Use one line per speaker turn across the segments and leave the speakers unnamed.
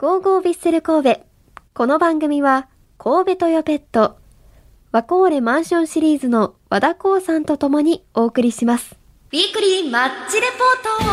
ゴーゴービッセル神戸。この番組は神戸トヨペット、ワコーレマンションシリーズの和田光さんと共にお送りします。ウィークリーマッチレポ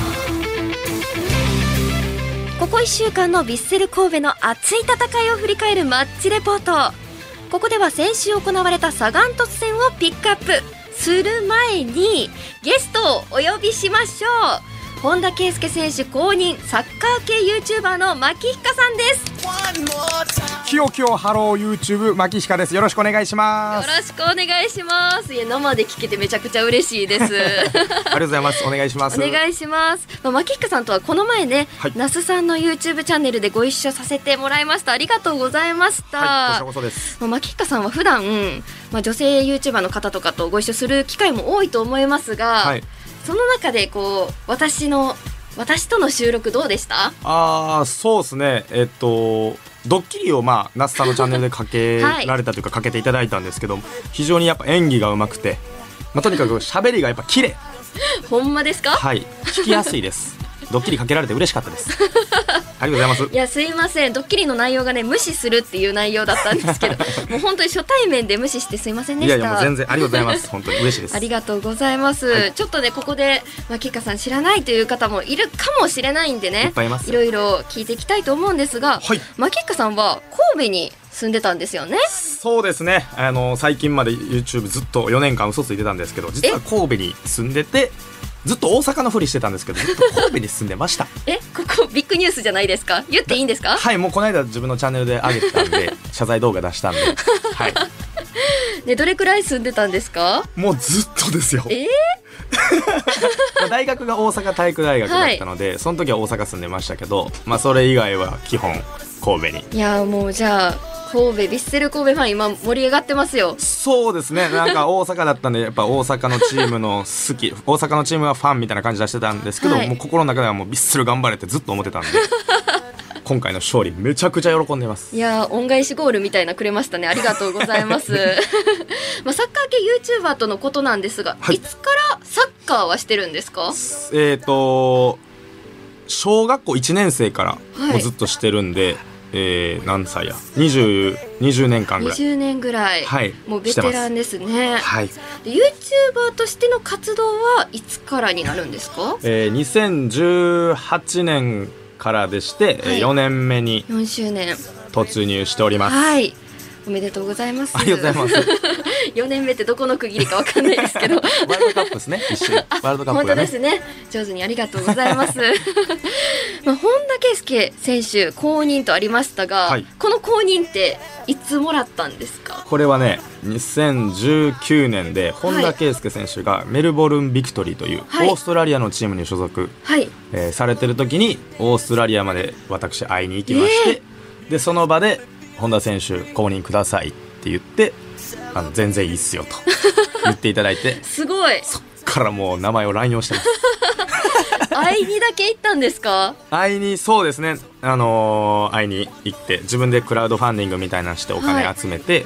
ート。ここ1週間のヴィッセル神戸の熱い戦いを振り返るマッチレポート。ここでは先週行われたサガン鳥栖戦をピックアップする前にゲストをお呼びしましょう。本田圭佑選手公認サッカー系 YouTuber の牧彦さんです。
キヨキヨハロー YouTube 牧彦です。よろしくお願いします。
よろしくお願いします。いや、生で聞けてめちゃくちゃ嬉しいですあり
がとうございます。お願いします。
お願いします。牧彦さんとはこの前ね、那須さんの YouTube チャンネルでご一緒させてもらいました。ありがとうございました。
はい、こちらこそです。
牧彦さんは普段、女性 YouTuber の方とかとご一緒する機会も多いと思いますが、はい、その中でこう私との収録どうでした？
そうですね。ドッキリを那須さんのチャンネルでかけられたというか、かけていただいたんですけど、非常にやっぱ演技がうまくて、とにかく喋りがやっぱ綺麗。
ほんまですか？
はい、聞きやすいですドッキリかけられて嬉しかったですありがとうございます。
いや、すいません、ドッキリの内容がね、無視するっていう内容だったんですけどもう本当に初対面で無視してすいませんでした。
いやもう全然ありがとうございます本当に嬉しいです
ありがとうございます、はい、ちょっとね、ここで牧彦さん知らないという方もいるかもしれないんでね、
いっぱいいます。
いろいろ聞いていきたいと思うんですが、はい、牧彦さんは神戸に住んでたんですよね。
そうですね。最近まで YouTube ずっと4年間嘘ついてたんですけど、実は神戸に住んでて、ずっと大阪のふりしてたんですけど、ずっと神戸に住んでました
ここビッグニュースじゃないですか？言っていいんですか？
はい、もうこの間自分のチャンネルで上げてたんで謝罪動画出したんではい
ね、どれくらい住んでたんですか？
もうずっとですよ大学が大阪体育大学だったので、はい、その時は大阪住んでましたけど、それ以外は基本神戸に。
いや、もうじゃあ神戸ヴィッセル神戸ファン今盛り上がってますよ。
そうですね。なんか大阪だったんでやっぱ大阪のチームの好き大阪のチームはファンみたいな感じ出してたんですけど、はい、もう心の中ではもうヴィッセル頑張れってずっと思ってたんで今回の勝利めちゃくちゃ喜んでます。
いや、恩返しゴールみたいなくれましたね。ありがとうございますサッカー系 YouTuber とのことなんですが、はい、いつからサッカーはしてるんですか？
小学校1年生からもうずっとしてるんで、何歳や20年間ぐらい。
20年ぐらい、はい、もうベテランですね。
はい、
で YouTuber としての活動はいつからになるんですか
？2018年からでして、はい、4年目に
4周年
突入しております。
はい、おめでとうございます。
ありがとうございます
4年目ってどこの区切りか分かんないですけど
ワールドカップですね。一緒ワールドカップがね、
本当ですね。上手にありがとうございます本田圭佑選手公認とありましたが、はい、この公認っていつもらったんですか？
これはね、2019年で本田圭佑選手がメルボルンビクトリーというオーストラリアのチームに所属、はいされてる時にオーストラリアまで私会いに行きまして、でその場で本田選手公認くださいって言って、全然いいっすよと言っていただいて
すごい。
そっからもう名前を乱用してます
会いにだけ行ったんですか？
会いに、そうですね、会いに行って自分でクラウドファンディングみたいなのしてお金集めて、はい、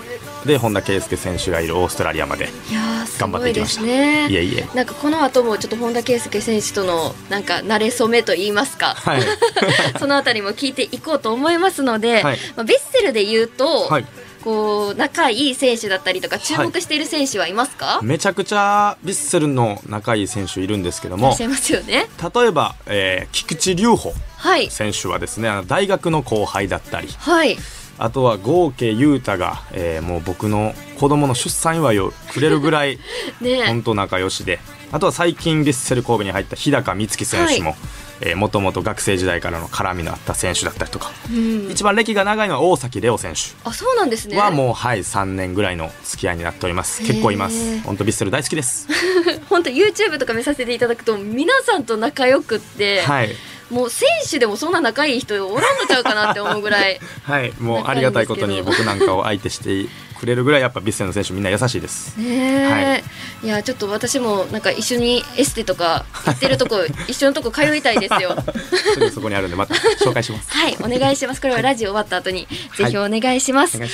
で本田圭佑選手がいるオーストラリアまで頑張っていきました。
いや、すごいですね。
いえいえ。
なんかこの後もちょっと本田圭佑選手とのなんか慣れ初めと言いますか、はい、そのあたりも聞いていこうと思いますので、はい、ヴィッセルで言うと、はい、こう仲いい選手だったりとか注目している選手はいますか？
はい、めちゃくちゃヴィッセルの仲いい選手いるんですけども、
いらっしゃいますよね。
例えば、菊池隆穂選手はですね、大学の後輩だったり、はい、あとは合計優太が、もう僕の子供の出産祝いをくれるぐらい本当仲良しで、あとは最近ヴィッセル神戸に入った日高美月選手も、もともと学生時代からの絡みのあった選手だったりとか、一番歴が長いのは大崎レオ選手。
あ、そうなんですね。
はもう、はい、3年ぐらいの付き合いになっております。結構います。本当ヴィッセル大好きです
本当 YouTube とか見させていただくと皆さんと仲良くって、はい、もう選手でもそんな仲いい人おらんのちゃうかなって思うぐらい
はい、もうありがたいことに僕なんかを相手してくれるぐらいやっぱヴィッセルの選手みんな優しいです
ね。はい、いやちょっと私もなんか一緒にエステとか行ってるとこ一緒のとこ通いたいですよ
そこにあるんでまた紹介します
はい、お願いします。これはラジオ終わった後にぜひお願いします。
お願いします。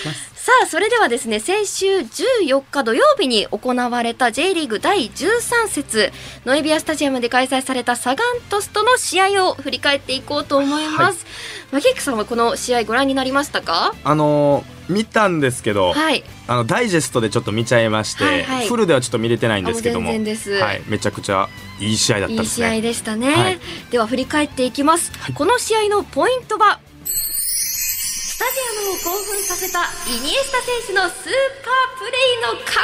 さあそれではですね、先週14日土曜日に行われた J リーグ第13節ノエビアスタジアムで開催されたサガン鳥栖との試合を振り返っていこうと思います。マキックさんはこの試合ご覧になりましたか？
見たんですけど、
はい、
ダイジェストでちょっと見ちゃいまして、はいはい、フルではちょっと見れてないんですけども、
全然です、
はい、めちゃくちゃいい試合だったですね。
いい試合でしたね、はい、では振り返っていきます、はい、この試合のポイントはスタジアムを興奮させたイニエスタ選手のスーパープレーの数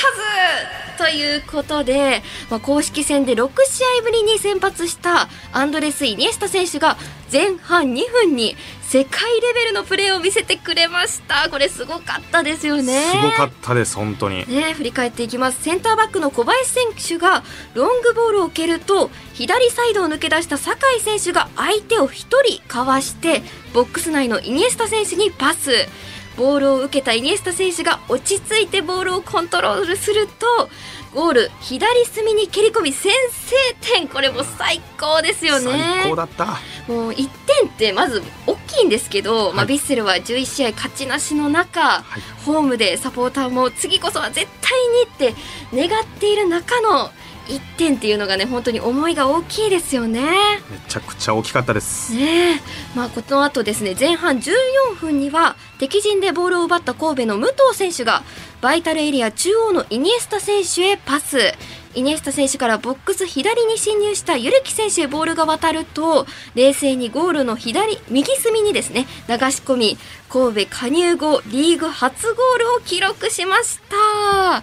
々ということで、公式戦で6試合ぶりに先発したアンドレス・イニエスタ選手が前半2分に世界レベルのプレーを見せてくれました。これすごかったですよね。
すごかったです本当に、
ね、振り返っていきます。センターバックの小林選手がロングボールを蹴ると左サイドを抜け出した酒井選手が相手を1人かわしてボックス内のイニエスタ選手にパス。ボールを受けたイニエスタ選手が落ち着いてボールをコントロールするとゴール左隅に蹴り込み先制点。これも最高ですよね。
最高だった。
もう1点ってまず大きいんですけど、ヴィッセルは11試合勝ちなしの中、ホームでサポーターも次こそは絶対にって願っている中の1点っていうのがね、本当に思いが大きいですよね。め
ちゃくちゃ大きかったです、
ね。この後ですね、前半14分には敵陣でボールを奪った神戸の武藤選手がバイタルエリア中央のイニエスタ選手へパス。イニエスタ選手からボックス左に侵入したユルキ選手へボールが渡ると冷静にゴールの右隅にですね流し込み、神戸加入後リーグ初ゴールを記録しました。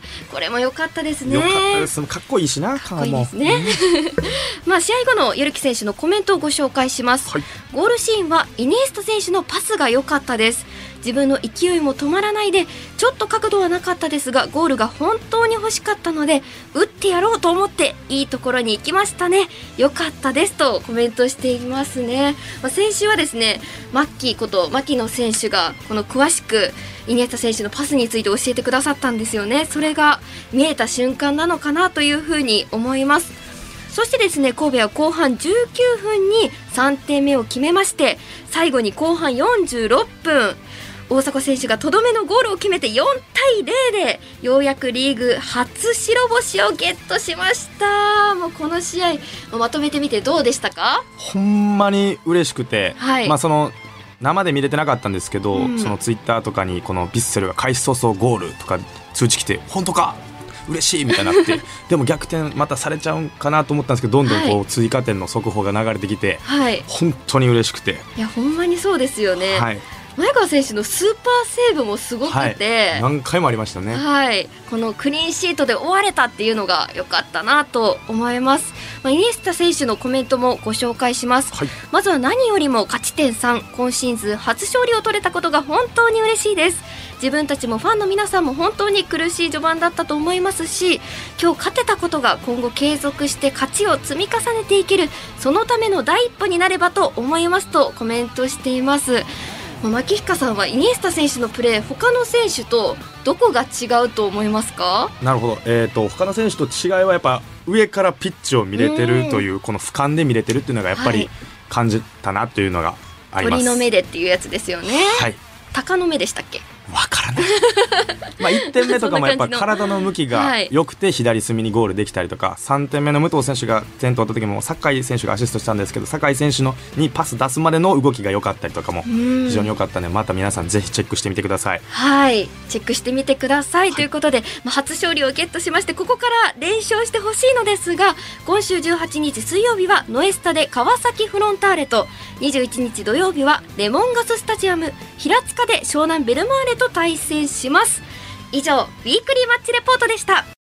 これも良かったですね。
良かったです。かっこいいしな、
かっこいいですね試合後のユルキ選手のコメントをご紹介します、はい、ゴールシーンはイニエスタ選手のパスが良かったです。自分の勢いも止まらないでちょっと角度はなかったですがゴールが本当に欲しかったので打ってやろうと思っていいところに行きましたね。良かったですとコメントしていますね。先週はですねマッキーこと牧野選手がこの詳しくイニエスタ選手のパスについて教えてくださったんですよね。それが見えた瞬間なのかなというふうに思います。そしてですね神戸は後半19分に3点目を決めまして、最後に後半46分大迫選手がとどめのゴールを決めて4対0でようやくリーグ初白星をゲットしました。もうこの試合まとめてみてどうでしたか？
ほんまに嬉しくて、はい、その生で見れてなかったんですけど、そのツイッターとかにこのヴィッセルが開始早々ゴールとか通知来て本当か嬉しいみたいになってでも逆転またされちゃうかなと思ったんですけど、どんどんこう追加点の速報が流れてきて、はい、本当に嬉しくて。
いやほんまにそうですよね、はい、前川選手のスーパーセーブもすごくて、
はい、何回もありましたね、
はい、このクリーンシートで終われたっていうのが良かったなと思います。イニエスタ選手のコメントもご紹介します、はい、まずは何よりも勝ち点3、今シーズン初勝利を取れたことが本当に嬉しいです。自分たちもファンの皆さんも本当に苦しい序盤だったと思いますし、今日勝てたことが今後継続して勝ちを積み重ねていけるそのための第一歩になればと思いますとコメントしています。牧彦さんはイニエスタ選手のプレー他の選手とどこが違うと思いますか？
なるほど、他の選手と違いはやっぱ上からピッチを見れてるというこの俯瞰で見れてるっていうのがやっぱり感じたなというのがあります。
鳥の目でっていうやつですよね、はい、鷹の目でしたっけ？
わからない1点目とかもやっぱ体の向きが良くて左隅にゴールできたりとか、3点目の武藤選手が点取った時も酒井選手がアシストしたんですけど、酒井選手にパス出すまでの動きが良かったりとかも非常に良かったので、また皆さんぜひチェックしてみてください。
はい、チェックしてみてください、はい、ということで、初勝利をゲットしましてここから連勝してほしいのですが、今週18日水曜日はノエスタで川崎フロンターレと、21日土曜日はレモンガススタジアム平塚で湘南ベルマーレと対戦します。以上ウィークリーマッチレポートでした。